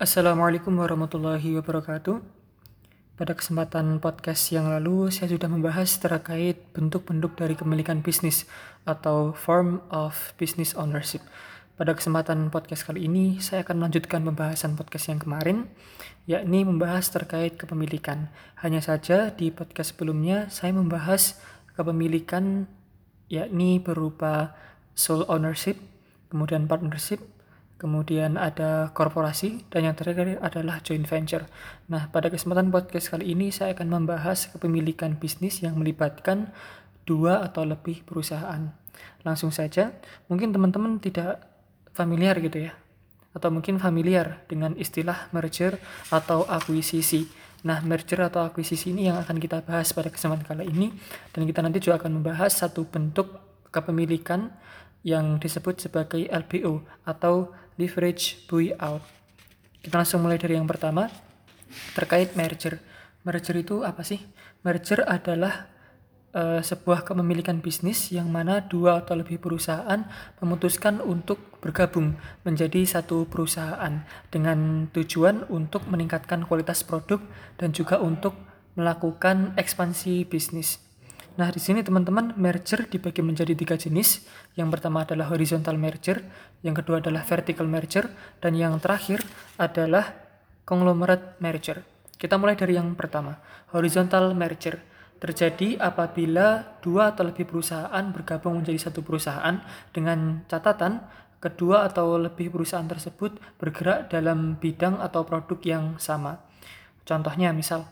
Assalamualaikum warahmatullahi wabarakatuh. Pada kesempatan podcast yang lalu, saya sudah membahas terkait bentuk-bentuk dari kepemilikan bisnis atau form of business ownership. Pada kesempatan podcast kali ini, saya akan melanjutkan pembahasan podcast yang kemarin, yakni membahas terkait kepemilikan. Hanya saja di podcast sebelumnya, saya membahas kepemilikan yakni berupa sole ownership, kemudian partnership, kemudian ada korporasi, dan yang terakhir adalah joint venture. Nah, pada kesempatan podcast kali ini saya akan membahas kepemilikan bisnis yang melibatkan dua atau lebih perusahaan. Langsung saja, mungkin teman-teman tidak familiar gitu ya, atau mungkin familiar dengan istilah merger atau akuisisi. Nah, merger atau akuisisi ini yang akan kita bahas pada kesempatan kali ini, dan kita nanti juga akan membahas satu bentuk kepemilikan yang disebut sebagai LBO atau leverage buyout. Kita langsung mulai dari yang pertama, terkait merger. Merger itu apa sih? Merger adalah sebuah kepemilikan bisnis yang mana dua atau lebih perusahaan memutuskan untuk bergabung menjadi satu perusahaan dengan tujuan untuk meningkatkan kualitas produk dan juga untuk melakukan ekspansi bisnis. Nah, di sini teman-teman, merger dibagi menjadi 3 jenis. Yang pertama adalah horizontal merger, yang kedua adalah vertical merger, dan yang terakhir adalah conglomerate merger. Kita mulai dari yang pertama, horizontal merger. Terjadi apabila dua atau lebih perusahaan bergabung menjadi satu perusahaan dengan catatan kedua atau lebih perusahaan tersebut bergerak dalam bidang atau produk yang sama. Contohnya misal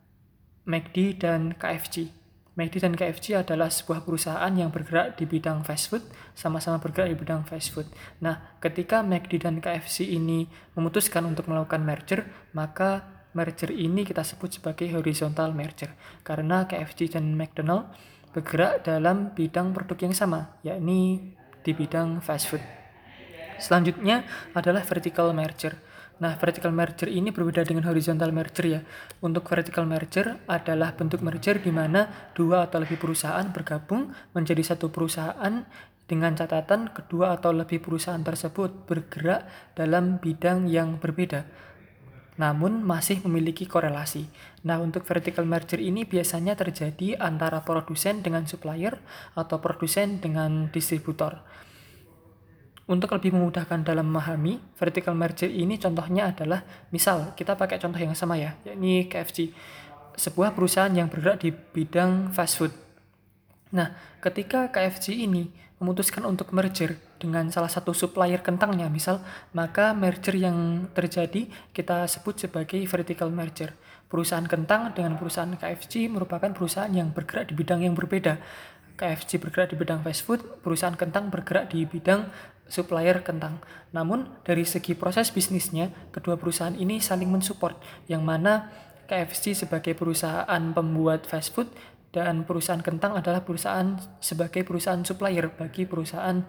McD dan KFC. McD dan KFC adalah sebuah perusahaan yang bergerak di bidang fast food, sama-sama bergerak di bidang fast food. Nah, ketika McD dan KFC ini memutuskan untuk melakukan merger, maka merger ini kita sebut sebagai horizontal merger. Karena KFC dan McDonald bergerak dalam bidang produk yang sama, yakni di bidang fast food. Selanjutnya adalah vertical merger. Nah, vertical merger ini berbeda dengan horizontal merger ya. Untuk vertical merger adalah bentuk merger di mana dua atau lebih perusahaan bergabung menjadi satu perusahaan dengan catatan kedua atau lebih perusahaan tersebut bergerak dalam bidang yang berbeda, namun masih memiliki korelasi. Nah, untuk vertical merger ini biasanya terjadi antara produsen dengan supplier atau produsen dengan distributor. Untuk lebih memudahkan dalam memahami, vertical merger ini contohnya adalah, misal kita pakai contoh yang sama ya, yakni KFC, sebuah perusahaan yang bergerak di bidang fast food. Nah, ketika KFC ini memutuskan untuk merger dengan salah satu supplier kentangnya misal, maka merger yang terjadi kita sebut sebagai vertical merger. Perusahaan kentang dengan perusahaan KFC merupakan perusahaan yang bergerak di bidang yang berbeda. KFC bergerak di bidang fast food, perusahaan kentang bergerak di bidang supplier kentang. Namun dari segi proses bisnisnya, kedua perusahaan ini saling mensupport, yang mana KFC sebagai perusahaan pembuat fast food dan perusahaan kentang adalah perusahaan sebagai perusahaan supplier bagi perusahaan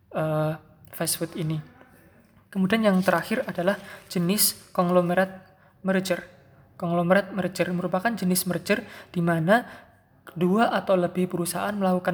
fast food ini. Kemudian yang terakhir adalah jenis conglomerate merger. Conglomerate merger merupakan jenis merger di mana dua atau lebih perusahaan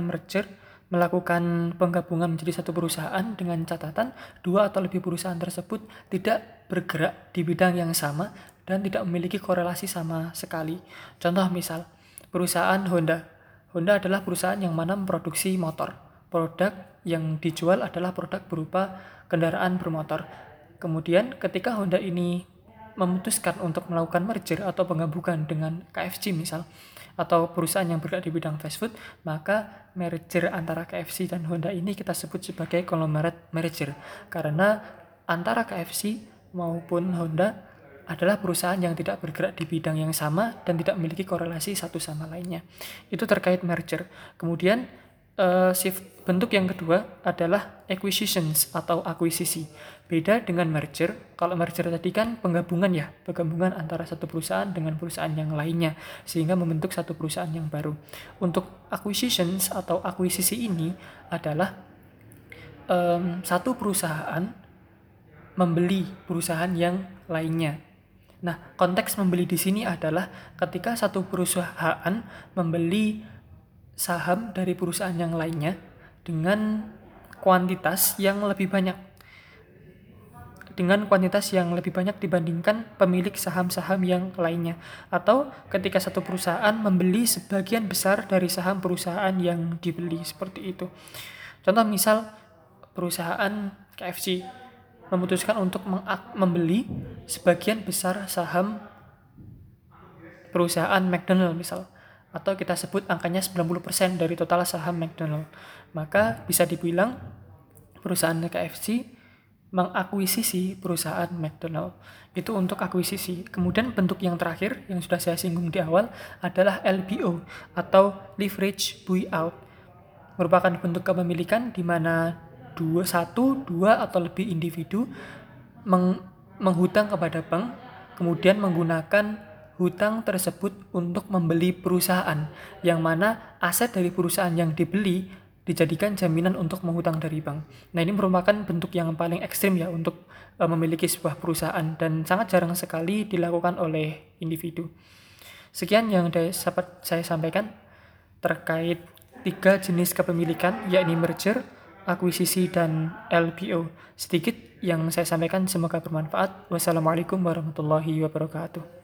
melakukan penggabungan menjadi satu perusahaan dengan catatan dua atau lebih perusahaan tersebut tidak bergerak di bidang yang sama dan tidak memiliki korelasi sama sekali. Contoh misal, perusahaan Honda. Honda adalah perusahaan yang mana memproduksi motor. Produk yang dijual adalah produk berupa kendaraan bermotor. Kemudian ketika Honda ini memutuskan untuk melakukan merger atau penggabungan dengan KFC misal, atau perusahaan yang bergerak di bidang fast food, maka merger antara KFC dan Honda ini kita sebut sebagai conglomerate merger, karena antara KFC maupun Honda adalah perusahaan yang tidak bergerak di bidang yang sama dan tidak memiliki korelasi satu sama lainnya. Itu terkait merger. Kemudian bentuk yang kedua adalah acquisitions atau akuisisi. Beda dengan merger. Kalau merger tadi kan penggabungan ya, penggabungan antara satu perusahaan dengan perusahaan yang lainnya sehingga membentuk satu perusahaan yang baru. Untuk acquisitions atau akuisisi ini adalah satu perusahaan membeli perusahaan yang lainnya. Nah, konteks membeli di sini adalah ketika satu perusahaan membeli saham dari perusahaan yang lainnya dengan kuantitas yang lebih banyak. dengan kuantitas yang lebih banyak dibandingkan pemilik saham-saham yang lainnya, atau ketika satu perusahaan membeli sebagian besar dari saham perusahaan yang dibeli, seperti itu. Contoh misal perusahaan KFC memutuskan untuk membeli sebagian besar saham perusahaan McDonald misal, atau kita sebut angkanya 90% dari total saham McDonald, maka bisa dibilang perusahaan KFC mengakuisisi perusahaan McDonald. Itu untuk akuisisi. Kemudian bentuk yang terakhir yang sudah saya singgung di awal adalah LBO atau leverage buyout. Merupakan bentuk kepemilikan di mana dua atau lebih individu menghutang kepada bank, kemudian menggunakan hutang tersebut untuk membeli perusahaan, yang mana aset dari perusahaan yang dibeli dijadikan jaminan untuk menghutang dari bank. Nah, ini merupakan bentuk yang paling ekstrim ya untuk memiliki sebuah perusahaan, dan sangat jarang sekali dilakukan oleh individu. Sekian yang dapat saya sampaikan terkait 3 jenis kepemilikan, yakni merger, akuisisi, dan LBO. Sedikit yang saya sampaikan, semoga bermanfaat. Wassalamualaikum warahmatullahi wabarakatuh.